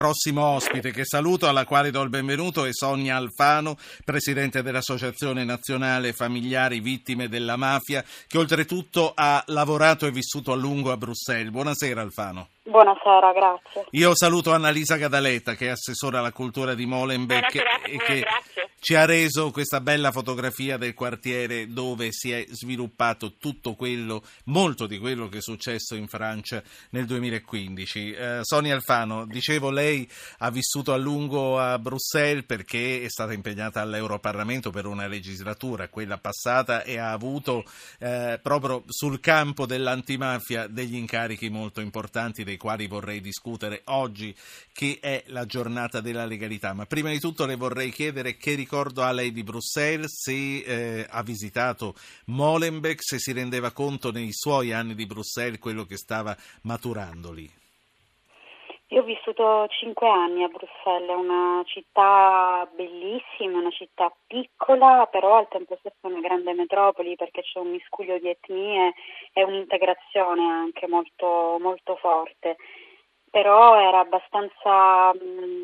Prossimo ospite che saluto, alla quale do il benvenuto, è Sonia Alfano, presidente dell'Associazione Nazionale Familiari Vittime della Mafia, che oltretutto ha lavorato e vissuto a lungo a Bruxelles. Buonasera Alfano. Buonasera, grazie. Io saluto Annalisa Gadaletta, che è assessora alla cultura di Molenbeek e che grazie. ci ha reso questa bella fotografia del quartiere dove si è sviluppato tutto quello, molto di quello che è successo in Francia nel 2015. Sonia Alfano, dicevo, lei ha vissuto a lungo a Bruxelles perché è stata impegnata all'Europarlamento per una legislatura, quella passata, e ha avuto proprio sul campo dell'antimafia degli incarichi molto importanti, dei quali vorrei discutere oggi, che è la giornata della legalità. Ma prima di tutto le vorrei chiedere che ricordo ha lei di Bruxelles, se ha visitato Molenbeek, se si rendeva conto nei suoi anni di Bruxelles quello che stava maturando lì. Io ho vissuto 5 anni a Bruxelles, è una città bellissima, una città piccola, però al tempo stesso una grande metropoli, perché c'è un miscuglio di etnie e un'integrazione anche molto, molto forte. Però era abbastanza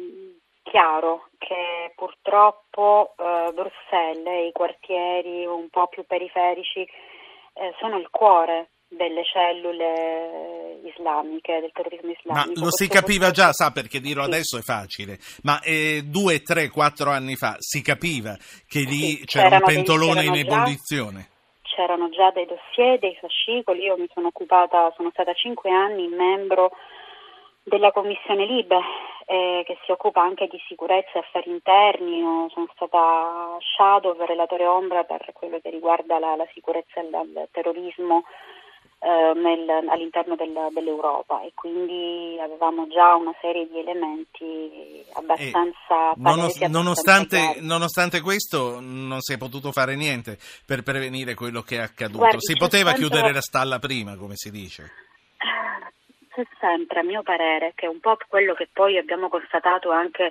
chiaro che purtroppo Bruxelles e i quartieri un po' più periferici sono il cuore delle cellule islamiche, del terrorismo islamico. Ma lo si capiva già, sa, perché dirlo sì. Adesso è facile, ma 2, 3, 4 anni fa si capiva che lì Sì, c'era un pentolone in ebollizione? C'erano già dei dossier, dei fascicoli. Io mi sono stata 5 anni membro della Commissione Libe, che si occupa anche di sicurezza e affari interni. Sono stata shadow, relatore ombra per quello che riguarda la sicurezza e il terrorismo all'interno dell'Europa, e quindi avevamo già una serie di elementi abbastanza nonostante questo non si è potuto fare niente per prevenire quello che è accaduto. Guardi, si poteva chiudere la stalla prima, come si dice. C'è sempre, a mio parere, che è un po' quello che poi abbiamo constatato anche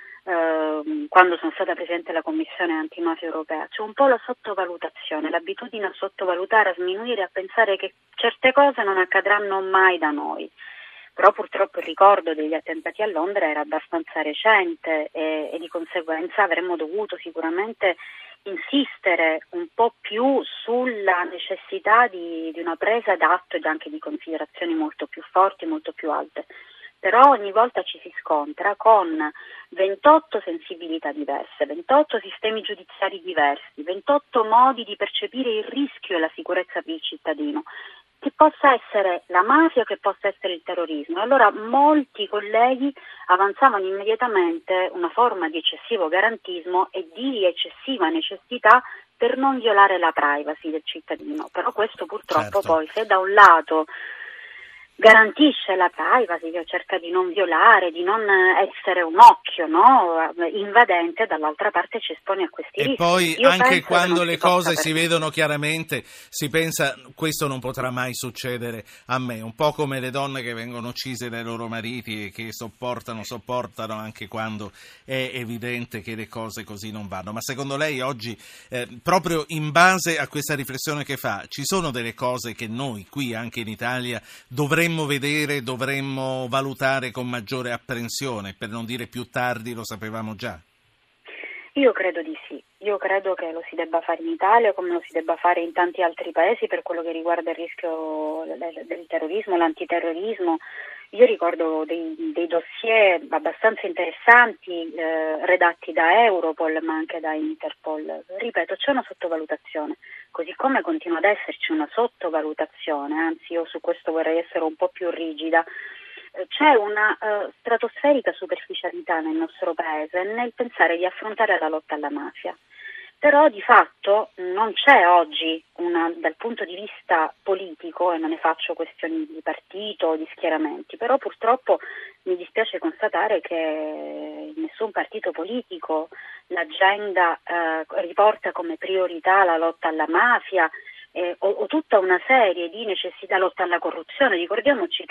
quando sono stata Presidente della Commissione Antimafia Europea, c'è un po' la sottovalutazione, l'abitudine a sottovalutare, a sminuire, a pensare che certe cose non accadranno mai da noi. Però purtroppo il ricordo degli attentati a Londra era abbastanza recente e di conseguenza avremmo dovuto sicuramente insistere un po' più sulla necessità di una presa d'atto ed anche di considerazioni molto più forti, molto più alte. Però ogni volta ci si scontra con 28 sensibilità diverse, 28 sistemi giudiziari diversi, 28 modi di percepire il rischio e la sicurezza per il cittadino, che possa essere la mafia o che possa essere il terrorismo. Allora molti colleghi avanzavano immediatamente una forma di eccessivo garantismo e di eccessiva necessità per non violare la privacy del cittadino. Però questo purtroppo poi, se da un lato garantisce la privacy, che cerca di non violare, di non essere un occhio, no, invadente, dall'altra parte ci espone a questi rischi. E poi anche quando le cose si vedono chiaramente si pensa: questo non potrà mai succedere a me, un po' come le donne che vengono uccise dai loro mariti e che sopportano anche quando è evidente che le cose così non vanno. Ma secondo lei oggi, proprio in base a questa riflessione che fa, ci sono delle cose che noi qui anche in Italia dovremmo vedere, dovremmo valutare con maggiore apprensione, per non dire più tardi lo sapevamo già? Io credo di sì, io credo che lo si debba fare in Italia come lo si debba fare in tanti altri paesi per quello che riguarda il rischio del terrorismo, l'antiterrorismo. Io ricordo dei dossier abbastanza interessanti redatti da Europol ma anche da Interpol. Ripeto, c'è una sottovalutazione, così come continua ad esserci una sottovalutazione, anzi io su questo vorrei essere un po' più rigida. C'è una stratosferica superficialità nel nostro paese nel pensare di affrontare la lotta alla mafia. Però di fatto non c'è oggi dal punto di vista politico, e non ne faccio questioni di partito o di schieramenti, però purtroppo mi dispiace constatare che in nessun partito politico l'agenda riporta come priorità la lotta alla mafia o tutta una serie di necessità, lotta alla corruzione. Ricordiamoci che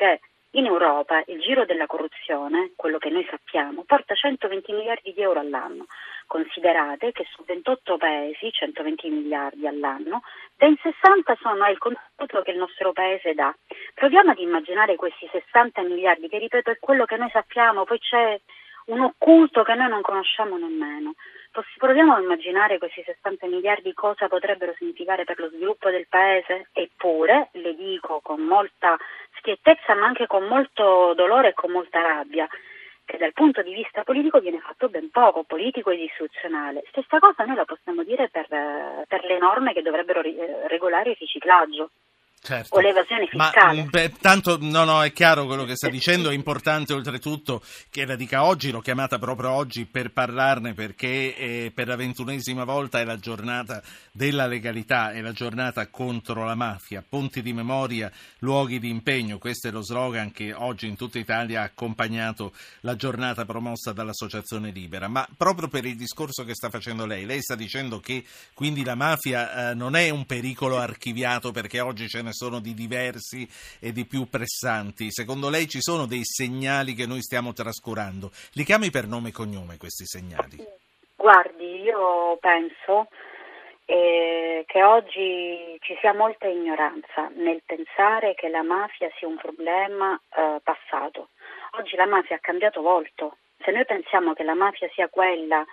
In Europa il giro della corruzione, quello che noi sappiamo, porta 120 miliardi di euro all'anno. Considerate che su 28 paesi, 120 miliardi all'anno, ben 60 sono il contributo che il nostro paese dà. Proviamo ad immaginare questi 60 miliardi, che ripeto è quello che noi sappiamo, poi c'è un occulto che noi non conosciamo nemmeno. Proviamo a immaginare questi 60 miliardi cosa potrebbero significare per lo sviluppo del paese? Eppure, le dico con molta schiettezza ma anche con molto dolore e con molta rabbia, che dal punto di vista politico viene fatto ben poco, politico ed istituzionale. Stessa cosa noi la possiamo dire per le norme che dovrebbero regolare il riciclaggio. Certo. O l'evasione fiscale. Tanto no, è chiaro quello che sta dicendo, è importante oltretutto che la dica oggi, l'ho chiamata proprio oggi per parlarne perché per la 21esima volta è la giornata della legalità, è la giornata contro la mafia, ponti di memoria, luoghi di impegno, questo è lo slogan che oggi in tutta Italia ha accompagnato la giornata promossa dall'Associazione Libera, ma proprio per il discorso che sta facendo lei sta dicendo che quindi la mafia non è un pericolo archiviato perché oggi ce ne sono di diversi e di più pressanti. Secondo lei ci sono dei segnali che noi stiamo trascurando? Li chiami per nome e cognome questi segnali? Guardi, io penso che oggi ci sia molta ignoranza nel pensare che la mafia sia un problema passato. Oggi la mafia ha cambiato volto. Se noi pensiamo che la mafia sia quella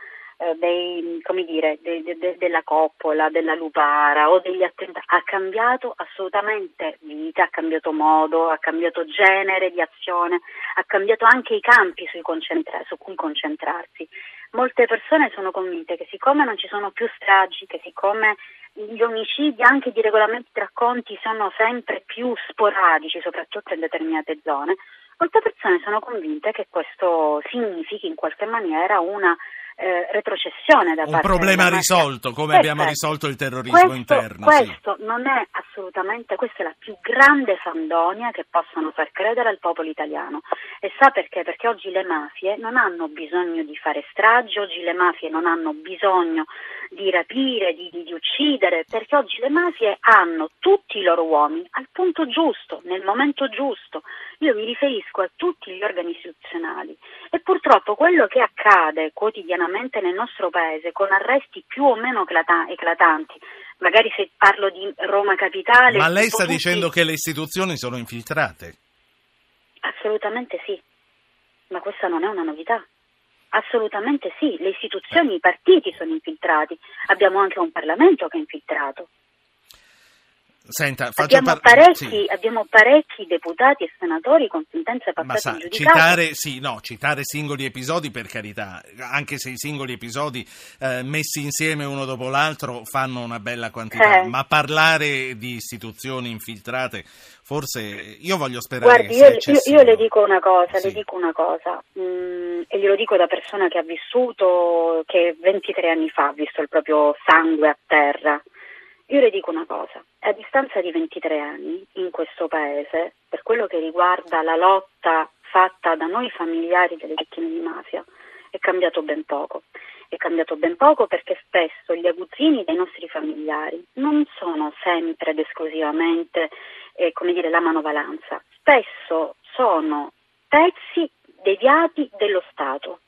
della coppola, della lupara o degli attentati, ha cambiato assolutamente vita, ha cambiato modo, ha cambiato genere di azione, ha cambiato anche i campi su cui concentrarsi. Molte persone sono convinte che siccome non ci sono più stragi, che siccome gli omicidi anche di regolamenti tra conti sono sempre più sporadici, soprattutto in determinate zone, molte persone sono convinte che questo significhi in qualche maniera una retrocessione da parte un problema risolto, come abbiamo risolto il terrorismo interno. Questo non è assolutamente, questa è la più grande fandonia che possano far credere al popolo italiano. E sa perché? Perché oggi le mafie non hanno bisogno di fare stragi, oggi le mafie non hanno bisogno di rapire, di uccidere, perché oggi le mafie hanno tutti i loro uomini al punto giusto, nel momento giusto. Io mi riferisco a tutti gli organi istituzionali e purtroppo quello che accade quotidianamente nel nostro paese con arresti più o meno eclatanti, magari se parlo di Roma Capitale... Ma lei sta dicendo che le istituzioni sono infiltrate? Assolutamente sì, ma questa non è una novità. Assolutamente sì, le istituzioni, i partiti sono infiltrati, abbiamo anche un Parlamento che è infiltrato. Senta, abbiamo parecchi deputati e senatori con sentenze passate in giudicato. Citare singoli episodi per carità, anche se i singoli episodi messi insieme uno dopo l'altro fanno una bella quantità, ma parlare di istituzioni infiltrate, forse io voglio sperare. Guardi, io le dico una cosa, e glielo dico da persona che ha vissuto, che 23 anni fa ha visto il proprio sangue a terra. Io le dico una cosa, a distanza di 23 anni in questo paese, per quello che riguarda la lotta fatta da noi familiari delle vittime di mafia, è cambiato ben poco. È cambiato ben poco perché spesso gli aguzzini dei nostri familiari non sono sempre ed esclusivamente la manovalanza, spesso sono pezzi deviati dello Stato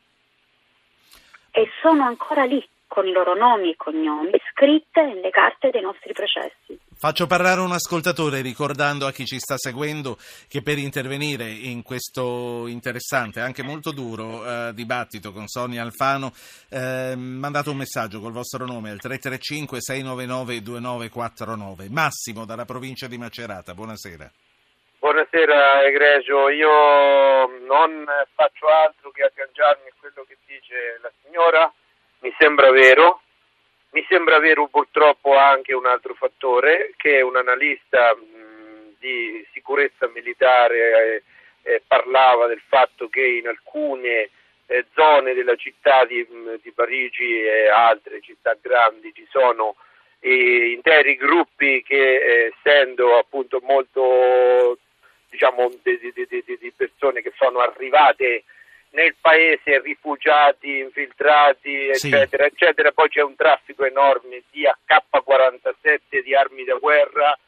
e sono ancora lì, con i loro nomi e cognomi, scritte nelle carte dei nostri processi. Faccio parlare un ascoltatore ricordando a chi ci sta seguendo che per intervenire in questo interessante, anche molto duro dibattito con Sonia Alfano mandate un messaggio col vostro nome al 335 699 2949. Massimo dalla provincia di Macerata, buonasera. Buonasera egregio, io non faccio altro che agganciarmi a quello che dice la signora. Mi sembra vero purtroppo anche un altro fattore, che un analista di sicurezza militare parlava del fatto che in alcune zone della città di Parigi e altre città grandi ci sono interi gruppi che essendo appunto molto di persone che sono arrivate nel paese, rifugiati, infiltrati, eccetera, eccetera. Poi c'è un traffico enorme di AK-47, di armi da guerra,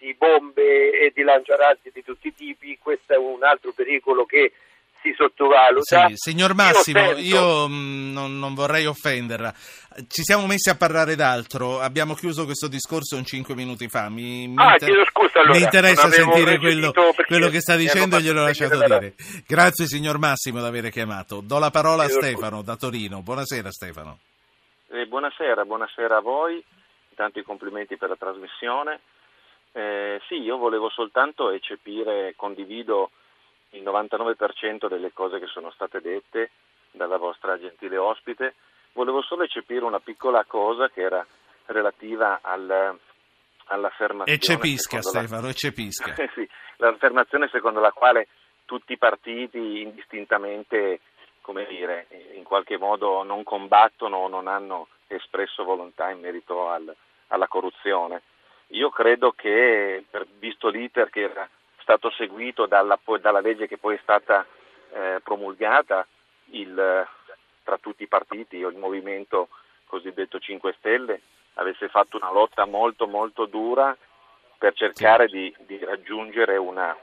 di bombe e di lanciarazzi di tutti i tipi. Questo è un altro pericolo che si sottovaluta. Sì, signor Massimo, io non vorrei offenderla. Ci siamo messi a parlare d'altro. Abbiamo chiuso questo discorso 5 minuti fa. Chiedo scusa, allora. Mi interessa sentire quello che sta dicendo e gliel'ho lasciato dire. Grazie signor Massimo di aver chiamato. Do la parola a Stefano da Torino. Buonasera Stefano. Buonasera a voi. Intanto i complimenti per la trasmissione. Sì, io volevo soltanto eccepire, condivido il 99% delle cose che sono state dette dalla vostra gentile ospite. Volevo solo eccepire una piccola cosa che era relativa all'affermazione. Eccepisca Stefano, eccepisca. Sì, l'affermazione secondo la quale tutti i partiti indistintamente, come dire, in qualche modo non combattono o non hanno espresso volontà in merito alla corruzione. Io credo che, visto l'iter che era stato seguito dalla legge che poi è stata promulgata, tra tutti i partiti o il movimento cosiddetto 5 Stelle avesse fatto una lotta molto molto dura per cercare di raggiungere una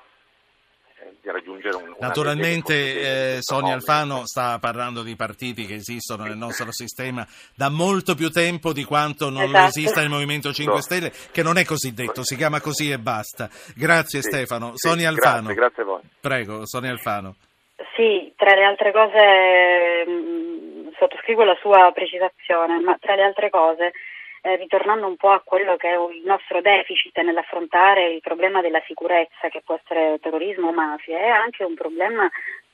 Naturalmente Sonia Alfano sta parlando di partiti che esistono nel nostro sistema da molto più tempo di quanto non esista il Movimento 5 Stelle, che non è così detto, si chiama così e basta. Grazie Stefano. Sonia Alfano. Grazie a voi. Prego, Sonia Alfano. Sì, tra le altre cose sottoscrivo la sua precisazione, ma tra le altre cose ritornando un po' a quello che è il nostro deficit nell'affrontare il problema della sicurezza, che può essere terrorismo o mafia, è anche un problema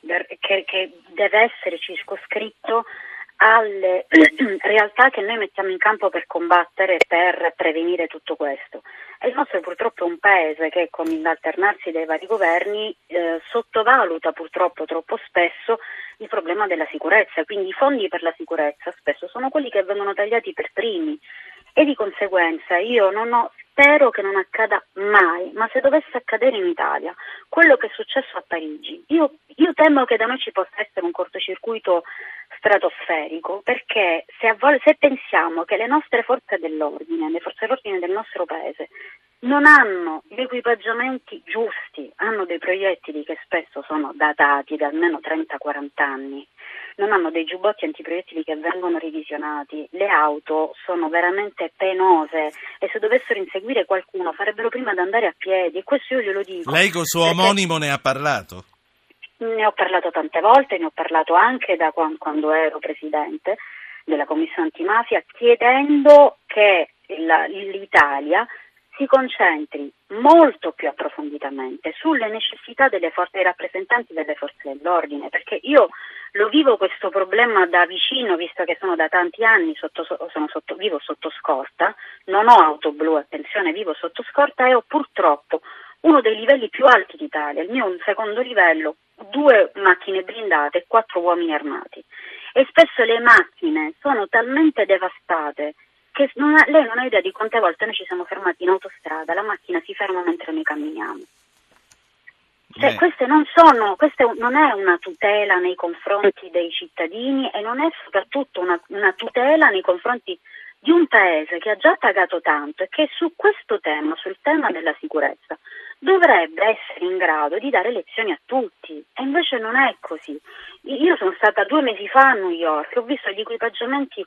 che deve essere circoscritto alle realtà che noi mettiamo in campo per combattere, per prevenire tutto questo. E il nostro purtroppo è un paese che con l'alternarsi dei vari governi sottovaluta purtroppo troppo spesso il problema della sicurezza, quindi i fondi per la sicurezza spesso sono quelli che vengono tagliati per primi e di conseguenza spero che non accada mai, ma se dovesse accadere in Italia quello che è successo a Parigi, io temo che da noi ci possa essere un cortocircuito stratosferico, perché se pensiamo che le nostre forze dell'ordine, le forze dell'ordine del nostro paese non hanno gli equipaggiamenti giusti, hanno dei proiettili che spesso sono datati da almeno 30-40 anni, non hanno dei giubbotti antiproiettili che vengono revisionati, le auto sono veramente penose e se dovessero inseguire qualcuno farebbero prima ad andare a piedi, e questo io glielo dico. Lei col suo omonimo ne ha parlato? Ne ho parlato tante volte, ne ho parlato anche da quando ero presidente della Commissione Antimafia, chiedendo che l'Italia si concentri molto più approfonditamente sulle necessità dei rappresentanti delle forze dell'ordine, perché io lo vivo questo problema da vicino, visto che sono da tanti anni vivo sotto scorta, non ho auto blu, attenzione, vivo sotto scorta e ho purtroppo uno dei livelli più alti d'Italia, il mio è un secondo livello, 2 macchine blindate e 4 uomini armati, e spesso le macchine sono talmente devastate che lei non ha idea di quante volte noi ci siamo fermati in autostrada, la macchina si ferma mentre noi camminiamo. Cioè, questa non è una tutela nei confronti dei cittadini e non è soprattutto una tutela nei confronti di un paese che ha già pagato tanto e che su questo tema, sul tema della sicurezza, dovrebbe essere in grado di dare lezioni a tutti, e invece non è così. Io sono stata 2 mesi fa a New York e ho visto gli equipaggiamenti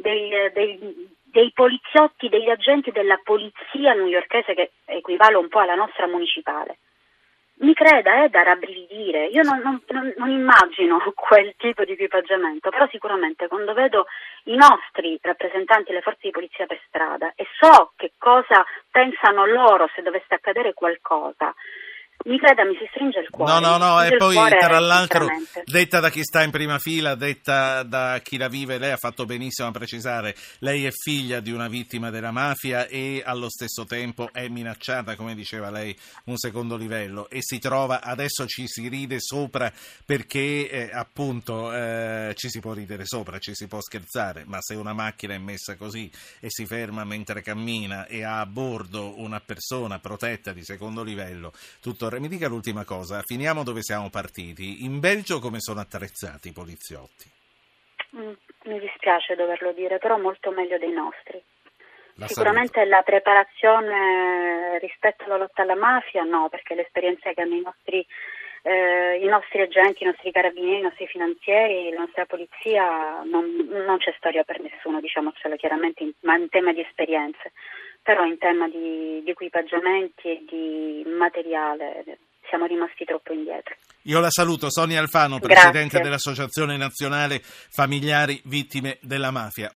dei poliziotti, degli agenti della polizia newyorkese, che equivale un po' alla nostra municipale. Mi creda, è da rabbrividire. Io non immagino quel tipo di equipaggiamento, però sicuramente quando vedo i nostri rappresentanti delle forze di polizia per strada e so che cosa pensano loro se dovesse accadere qualcosa, mi creda, mi si stringe il cuore. No, e poi tra l'altro, detta da chi sta in prima fila, detta da chi la vive, lei ha fatto benissimo a precisare, lei è figlia di una vittima della mafia e allo stesso tempo è minacciata, come diceva lei, un secondo livello, e si trova, adesso ci si ride sopra perché appunto ci si può ridere sopra, ci si può scherzare, ma se una macchina è messa così e si ferma mentre cammina e ha a bordo una persona protetta di secondo livello, tutto. Mi dica l'ultima cosa, finiamo dove siamo partiti. In Belgio come sono attrezzati i poliziotti? Mi dispiace doverlo dire, però molto meglio dei nostri. Sicuramente la preparazione rispetto alla lotta alla mafia no, perché l'esperienza che hanno i nostri agenti, i nostri carabinieri, i nostri finanzieri, la nostra polizia, non c'è storia per nessuno, diciamocelo chiaramente, ma in tema di esperienze, però in tema di equipaggiamenti e di materiale siamo rimasti troppo indietro. Io la saluto, Sonia Alfano, Presidente Grazie. dell'Associazione Nazionale Familiari Vittime della Mafia.